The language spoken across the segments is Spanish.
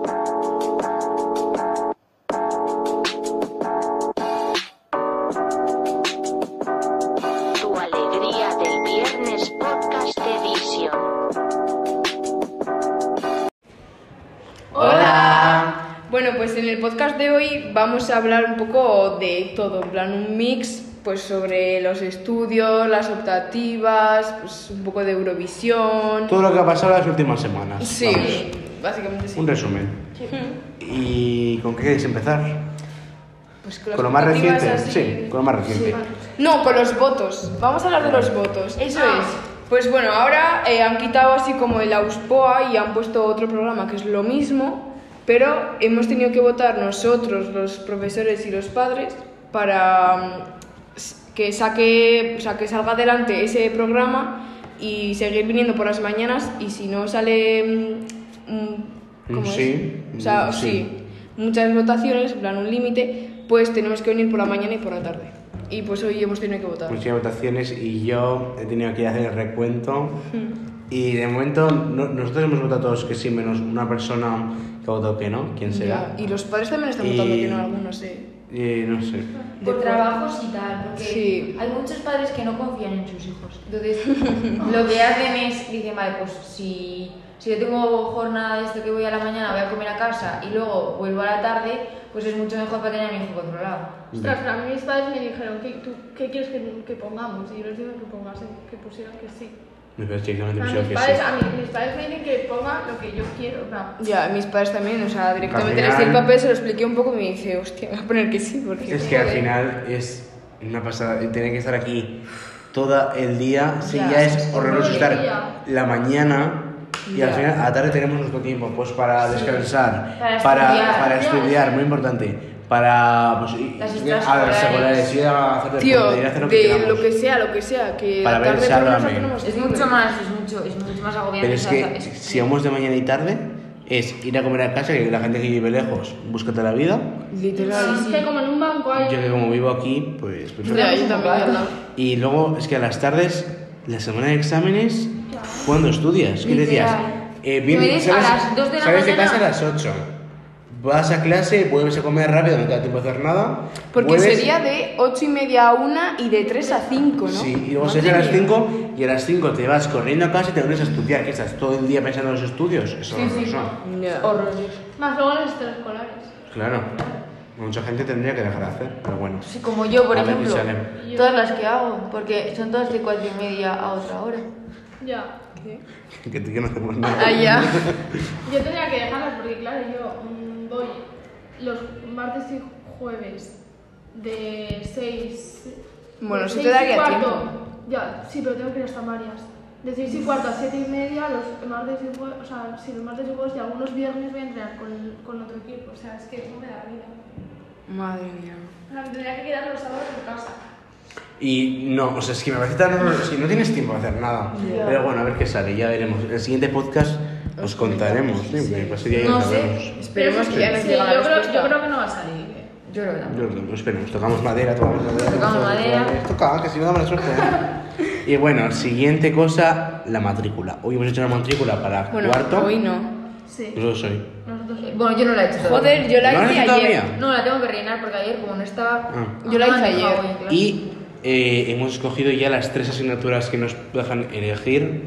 Tu alegría del viernes podcast edition. ¡Hola! Bueno, pues en el podcast de hoy vamos a hablar un poco de todo, en plan un mix pues sobre los estudios, las optativas, pues un poco de Eurovisión. Todo lo que ha pasado las últimas semanas. Sí, Vamos. básicamente sí. Un resumen. Sí. ¿Y con qué queréis empezar? Pues ¿Con lo más optativas reciente? así. Sí, con lo más reciente. No, con los votos. Vamos a hablar de los votos. Eso es. Pues bueno, ahora han quitado así como el Auspoa y han puesto otro programa que es lo mismo, pero hemos tenido que votar nosotros, los profesores y los padres, para que salga adelante ese programa y seguir viniendo por las mañanas, y si no sale ¿cómo Sí, es? O sea, sí. sí, muchas votaciones, en plan un límite, pues tenemos que venir por la mañana y por la tarde. Y pues hoy hemos tenido que votar. Muchas votaciones y yo he tenido que ir a hacer el recuento. Y de momento nosotros hemos votado todos que sí, menos una persona que ha votado que no. ¿Quién será? Ya, y los padres también están votando que no, algunos, No sé. Por trabajos y tal, porque Sí. hay muchos padres que no confían en sus hijos. Entonces, lo que hacen es, dicen, vale, pues si yo tengo jornada de esto que voy a la mañana, voy a comer a casa y luego vuelvo a la tarde, pues es mucho mejor para tener a mi hijo controlado. Ostras, pero a mí mis padres me dijeron, ¿qué quieres que pongamos? Y yo les digo que pusieran que sí. Me parece exactamente A que mis padres, sí. mis padres me dicen que ponga lo que yo quiero, ¿no? Ya, mis padres también, o sea, directamente Al les di el final- papel, se lo expliqué un poco y me dice, hostia, voy a poner que sí, porque... Es que al final es una pasada. Tener que estar aquí todo el día, sí, Ya, ya es horroroso todo el estar día. la mañana. Y al Ya. final, a la tarde tenemos nuestro tiempo, pues para descansar, Para para estudiar. estudiar, muy importante, para pues, Las ir a las extraescolares. escolares, ir a hacer Tío, deporte, ir a hacer lo que de queramos. lo que sea, que Para la ver tarde por lo menos Sálvame. tenemos Es libre. mucho más agobiante. Pero es que si vamos de mañana y tarde, es ir a comer a casa, que la gente que vive lejos, búscate la vida. Literal. Que como en un banco hay... Yo que como vivo aquí, pues perfecto. Ya, yo también, ¿verdad? Y luego es que a las tardes, la semana de exámenes, ¿cuándo estudias? ¿Qué decías? Literal. Que me des a las 2 de la sales de mañana. casa a las 8. Vas a clase, vuelves a comer rápido, no te da tiempo de hacer nada. Porque vuelves- sería de 8:30 a 1 y de 3 a 5, ¿no? Sí, y luego Madre sales a las mía. 5 y a las 5 te vas corriendo a casa y te pones a estudiar. ¿Qué estás todo el día pensando en los estudios? Eso Sí, sí. Ya. Horroroso. Más luego las extraescolares. Claro. Mucha gente tendría que dejar de hacer, pero bueno. Sí, como yo, por A ver qué ejemplo. sale. Todas las que hago, porque son todas de 4:30 a otra hora. Ya. Que no hacemos nada. Ah, ya. Yo tenía que dejarlas porque, claro, yo voy los martes y jueves de 6... Bueno, de eso te 6 y daría cuarto. tiempo. Ya, sí, pero tengo que ir hasta Marias. De 6 y cuarto a 7:30, los martes y jueves, o sea, sí, los martes y jueves y algunos viernes voy a entrenar con otro equipo. O sea, es que no me da vida. Madre mía. O sea, me tendría que quedar los sábados en casa. Y no, o sea, es que me parece tan horroroso, es que no tienes tiempo de hacer nada. Pero bueno, a ver qué sale, ya veremos. El siguiente podcast os contaremos, ¿sí? Pues ese día ya No lo sé. sabremos. Esperemos que ya nos Sí, llegue la yo respuesta. creo que no va a salir. Yo lo veo. Yo, esperemos, tocamos madera, tocamos madera. Tocamos madera. Toca, que si no damos la suerte. Y bueno, siguiente cosa, la matrícula. Hoy hemos hecho una matrícula para Bueno, cuarto. hoy no. Sí. Yo soy. Nosotros sí. Bueno, yo no la he hecho todavía. Joder, yo la ¿No la has hice hecho ayer. todavía? No, la tengo que rellenar porque ayer, como no estaba. Ah. Yo la hice me ayer. dejaba hoy en clase. Y hemos escogido ya las 3 asignaturas que nos dejan elegir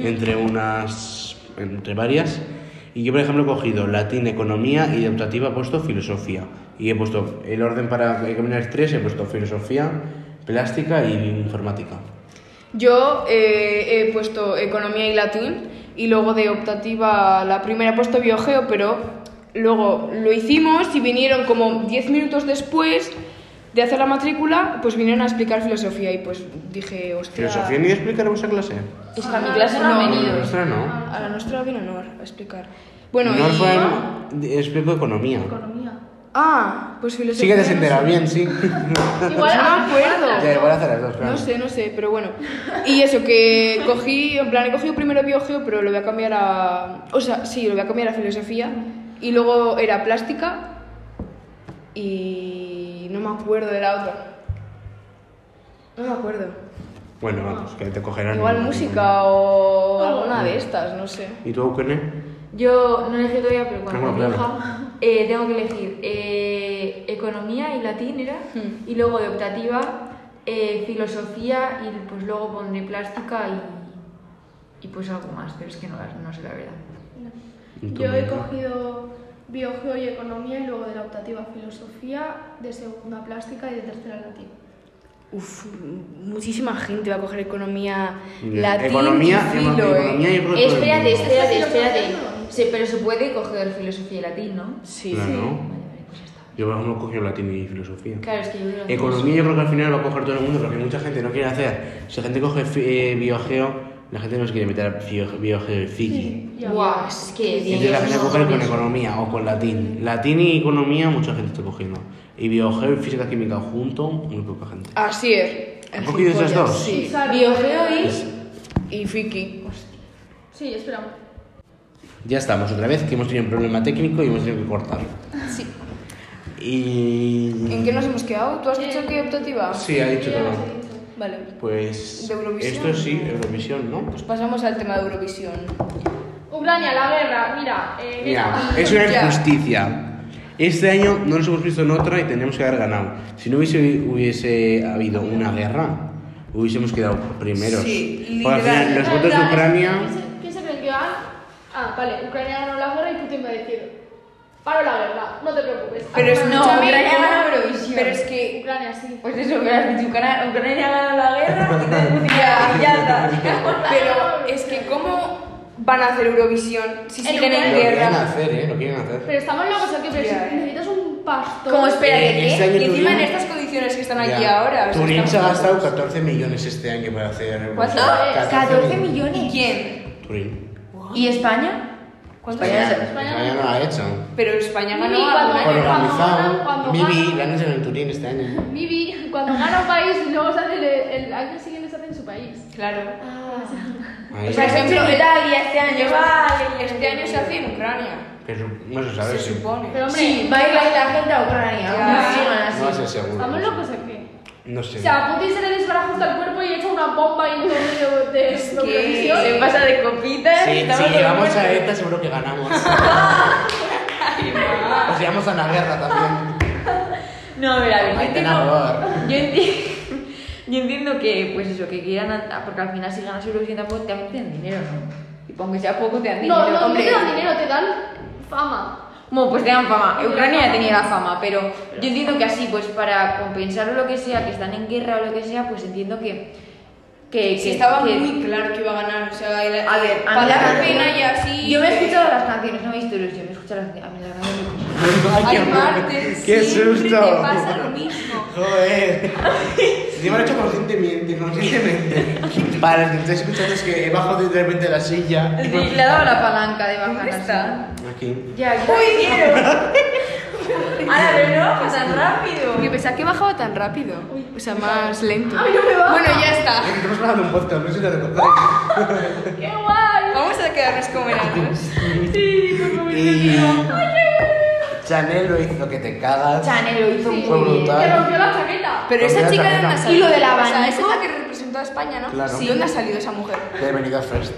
entre varias. Y yo, por ejemplo, he cogido latín, economía y de optativa he puesto filosofía. Y he puesto el orden para examinar 3, he puesto filosofía, plástica y informática. Yo he puesto economía y latín, y luego de optativa la primera he puesto biogeo, pero luego lo hicimos y vinieron como 10 minutos después de hacer la matrícula, pues vinieron a explicar filosofía y pues dije, hostia... ¿Filosofía ni explicaremos a clase? Es que a mi clase no han La venido. nuestra no. A la nuestra vino Nor a explicar. Bueno, No y... fue explico economía. Economía. Ah, pues filosofía... Sí que te has no enterado sé. bien, sí. Igual No me acuerdo. Ya, igual hacer las dos, claro. No sé, pero bueno. Y eso, que cogí, en plan, he cogido primero biogeo, pero lo voy a cambiar a... O sea, sí, lo voy a cambiar a filosofía. Y luego era plástica y no me acuerdo de la otra. No me acuerdo. Bueno, vamos, que te cogerán. Igual música o alguna de estas, no sé. ¿Y tú, Eukene? Yo no elegí todavía, pero cuando Claro. elija, tengo que elegir economía y latín, ¿era? Y luego de optativa, filosofía y pues luego pondré plástica y pues algo más, pero es que no sé la verdad. Yo he cogido biogeo y economía y luego de la optativa filosofía, de segunda plástica y de tercera latín. Uf, muchísima gente va a coger economía, Ya. latín Economía, y filo, economía y todo el Espérate, mundo. espérate. Pero se puede coger filosofía y latín, ¿no? Sí, Claro. sí. Vale, pues ya está. Yo, por ejemplo, cogí latín y filosofía. Claro, es que yo creo que Economía yo creo que al final va a coger todo el mundo, porque mucha gente no quiere hacer. Si la gente coge biogeo, la gente no se quiere meter a biogeo y fiki. Ya. Buah, es que Entonces la gente Dios, coge con economía o con latín. Latín y economía mucha gente está cogiendo. Y biogeo y física química junto, muy poca gente. Así es. ¿Han cogido esas Gilipollas, dos? Sí. biogeo Y Fiki. Sí, espera. Ya estamos, otra vez que hemos tenido un problema técnico y hemos tenido que cortar. Sí. Y... ¿En qué nos hemos quedado? ¿Tú has dicho que optativa? Sí, ha dicho Ya todo. los he dicho. Vale. Pues... ¿De Eurovisión? Esto sí, Eurovisión, ¿no? Pues pasamos al tema de Eurovisión. Ucrania, la guerra, mira. Mira, es una Ya. injusticia. Este año no nos hemos visto en otra y tendríamos que haber ganado. Si no hubiese habido una guerra, hubiésemos quedado primeros. Sí, Porque al final, los votos de Ucrania... ¿Qué se creen que van? Ah, vale, Ucrania ganó la guerra y Putin va a decir: paro la guerra, no te preocupes. Pero es No, escúchame, Ucrania ¿cómo? gana Eurovisión. Pero es que... Ucrania, sí. Pues eso, me has dicho, Ucrania ha ganado la guerra y ya está. Pero es que ¿cómo van a hacer Eurovisión si En siguen en Ucrania. Lo quieren guerra? hacer, lo quieren hacer. Pero estamos locos aquí, pero Hostia, si necesitas un pastor. Como espérate, Este ¿qué? año Y encima en Turín- estas condiciones que están aquí Ya. ahora. o sea, Turín se ha estamos gastado locos. 14 millones este año para hacer... ¿Cuánto? 14 ¿Y millones. quién? Turín. ¿Y España? ¿Cuánto España, era? España no lo ha hecho. Pero España ganó Mimi, algún cuando- año. Organizado. cuando Mivi, gana- la han hecho en el Turín este año. Vivi, cuando gana un país, luego se hace el año siguiente se hace en su país. Claro. Ahí. O sea, Por ejemplo, Italia este año, vale. Este año se hace en Ucrania. Pero no se sabe Se si... supone. Pero hombre, Sí, va a ir la gente a Ucrania. Ya. aún sigan así. No va a ser seguro. ¿estamos locos o qué? No sé. O sea, a Putin se le desbarajusta el cuerpo y echa una bomba y no de Eurovisión. Se pasa de copitas. Sí, estamos si llegamos todos a ETA seguro que ganamos. Pues llegamos a la guerra también. No, a ver, yo Ahí entiendo, tenemos. yo entiendo que, pues eso, que quieran, porque al final si ganas Eurovisión tampoco también te dan dinero, ¿no? Y aunque sea poco te dan dinero. No, no, no hombre. te dan dinero, te dan fama. Bueno, pues te dan fama. Ucrania ya tenía la fama, pero yo entiendo que así, pues para compensar o lo que sea, que están en guerra o lo que sea, pues entiendo que Sí, estaba muy claro que iba a ganar. O sea, A ver, a mí para la dar canción- pena y así. Yo me he que- escuchado las canciones, no he visto Eurovisión, me he escuchado las canciones. A mí la canción me Ay, Marte, ¡Qué siempre susto! te pasa lo mismo. Joder. Encima lo he hecho conscientemente. Para los que estáis escuchando es que he bajado de repente de la silla. Sí, le he dado la palanca de bajar ¿Dónde así. está? Aquí. Ya, ya. Ahora, pero no, tan rápido. Porque pensaba que bajaba tan rápido. O sea, más lento. Ay, no me baja. Bueno, ya está. Estamos grabando un podcast, no sé si lo recordáis. ¡Qué guay! Vamos a quedarnos como enanos. Y Chanel lo hizo que te cagas. Chanel lo hizo Sí, fue muy bien. brutal. Te rompió la chaqueta. Pero Porque esa la chica de dónde ha tarjeta. salido. Y lo del O sea, abanico. esa es la que representó a España, ¿no? Claro. Sí. ¿Dónde ha salido esa mujer? De Benidorm Fest.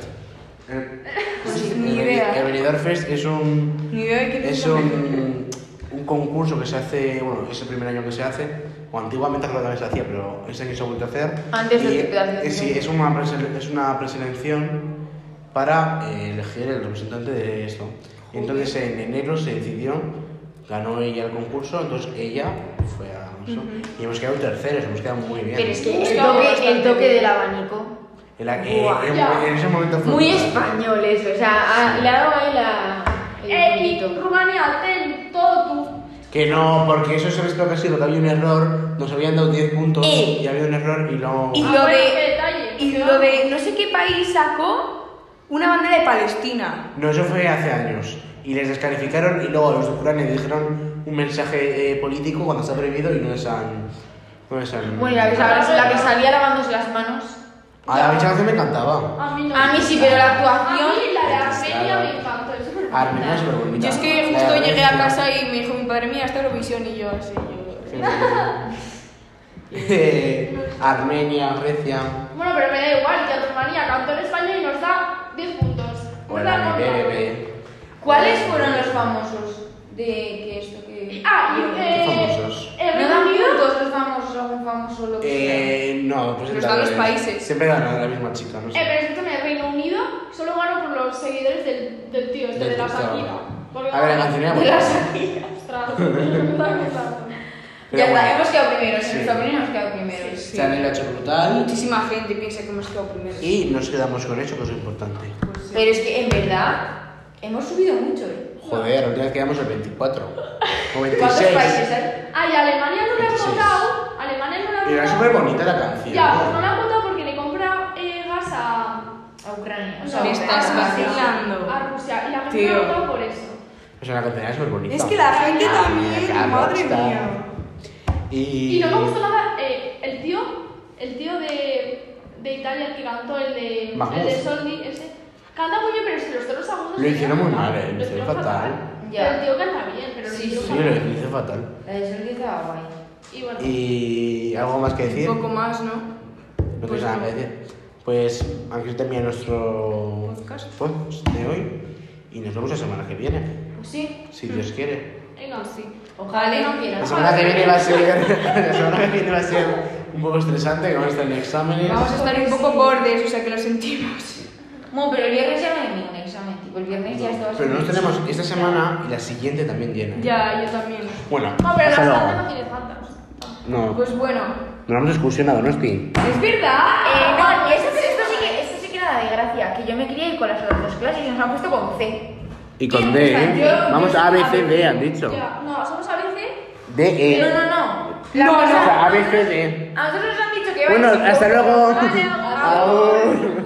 Ni idea. El Benidorm Fest es un... Ni idea de qué Es un concurso que se hace, bueno, es el primer año que se hace, o antiguamente creo que también se hacía, pero este año se ha vuelto a hacer. Antes de Y, que te sí, es una preselección para elegir el representante de esto. Y entonces en enero se decidió, ganó ella el concurso, entonces ella fue a eso. Y hemos quedado terceros, hemos quedado muy bien. Pero es que el toque del abanico. Buah, En ese momento fue muy brutal. español eso, o sea, le ha dado ahí el Y puntito. Rumania, ten todo tú. Que no, porque eso sabes lo que ha sido, que había un error, nos habían dado 10 puntos y había un error y no... Y Ah, lo bueno, de. qué detalle, Y porque lo vamos. de. No sé qué país sacó una bandera de Palestina. No, eso fue hace años. Y les descalificaron y luego a los de Ucrania dijeron un mensaje político cuando está prohibido y no les han... Bueno, y la que salía lavándose las manos. A la bicha canción me encantaba. A mí no. A mí sí, pero la actuación. A mí la de Armenia me encantó, es súper bonita. Armenia es súper bonita. Yo es que La justo de llegué a Grecia. casa y me dijo mi padre, mira, esta Eurovisión y yo así. Armenia, Grecia... Bueno, pero me da igual que Rumanía cantó en España y nos da 10 puntos. Hola, mi bebé. ¿Cuáles fueron los famosos de que esto que... ¿Qué famosos? ¿No Reino dan Unido. puntos los famosos, algún famoso lo que sea? No, pues Los dan los países. Siempre gana la misma chica, no sé. Pero escúchame, el Reino Unido solo ganó por los seguidores del tío, este Del de la tío, Shakira. Porque A ver, la canción era De buena. la Shakira. Ostras, me está gustando. Pero Ya bueno, está, hemos quedado primeros. Sí. En nuestra opinión hemos quedado primeros. Sí. Chanel lo ha hecho brutal Muchísima gente piensa que hemos quedado primeros. y nos quedamos con eso, que es lo importante. Pues sí. Pero es que en verdad hemos subido mucho, Joder, la última vez quedamos el 24 o 26. ¿Cuántos países hay? Ay, Alemania no le han 26. votado. Alemania no le han Y era votado. súper bonita la canción. Ya, pues no le han votado porque le compra gas a Ucrania. No, Me estás a Rusia. vacilando. A Rusia. Y la gente Tío. no ha votado por eso. O sea, la canción era súper bonita. Es que la gente Ah, también, mira, madre Rockstar. mía. Y no me gustó nada el tío de Italia, el que cantó, el de Mahmoud. Soldi, ese. Canta muy bien, pero es que los tonos agudos. Lo se hicieron muy quedan mal, fatal. lo hicieron fatal. Ya. Pero el tío canta bien, pero Sí, el tío Sí, canta lo bien. hice fatal. La de Soldi estaba guay. Y bueno. ¿Y algo más que decir? Un poco más, ¿no? No Pues tienes nada no. que decir. Pues aquí termina nuestro podcast de hoy y nos vemos la semana que viene, Pues sí. si Dios quiere. Venga, Sí. Ojalá que no quieras. La semana que viene va a ser, la semana que viene va a ser un poco estresante, que vamos a estar en exámenes. Vamos a estar un poco bordes, o sea que lo sentimos. Bueno, pero el viernes ya no hay ningún examen, tipo, el viernes ya estaba... Pero nosotros tenemos esta semana y la siguiente también llena. Ya, yo también. Bueno, No, pero hasta la luego. Santa no tiene tantas. No, Pues bueno, nos vamos excursión a Donosti. es verdad. No, esto sí que era de gracia, que yo me quería ir con las otras dos clases y nos han puesto con C. Y con D, ¿eh? Vamos a A, B, C, D, han dicho. Ya, no, somos ABC. D, E. No. No, O no. sea, A, B, C, D. A nosotros nos han dicho que Bueno, vais- hasta luego. Vale, Agur.